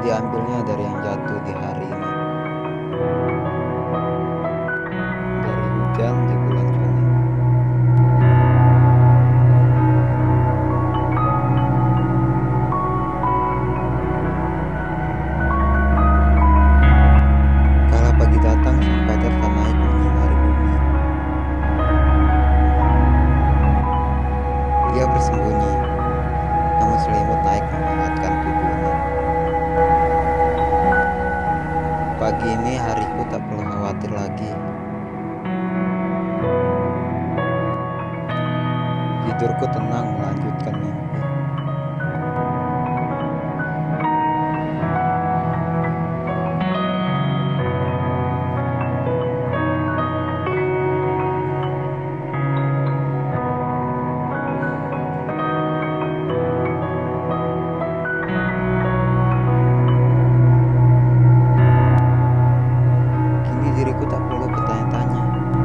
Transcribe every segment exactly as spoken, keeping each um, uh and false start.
diambilnya dari yang jatuh di hari ini, dari hujan di bulan Juni. Kala pagi datang, sang fajar tak naik menyinari bumi. Ia bersembunyi, namun selimut naik menghangatkan tubuhnya. Pagi ini hariku tak perlu khawatir lagi. Tidurku tenang melanjutkan mimpi. Kini diriku tak perlu bertanya-tanya.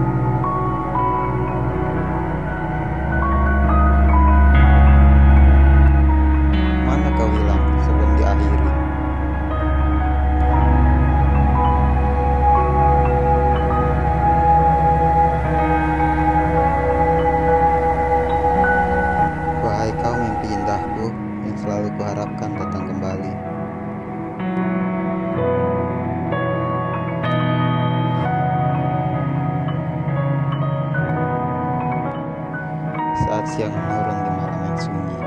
Mana kau hilang sebelum diakhiri? Wahai kau mimpi indahku yang selalu kuharapkan datang kembali. Saat siang menurun di malam yang sunyi.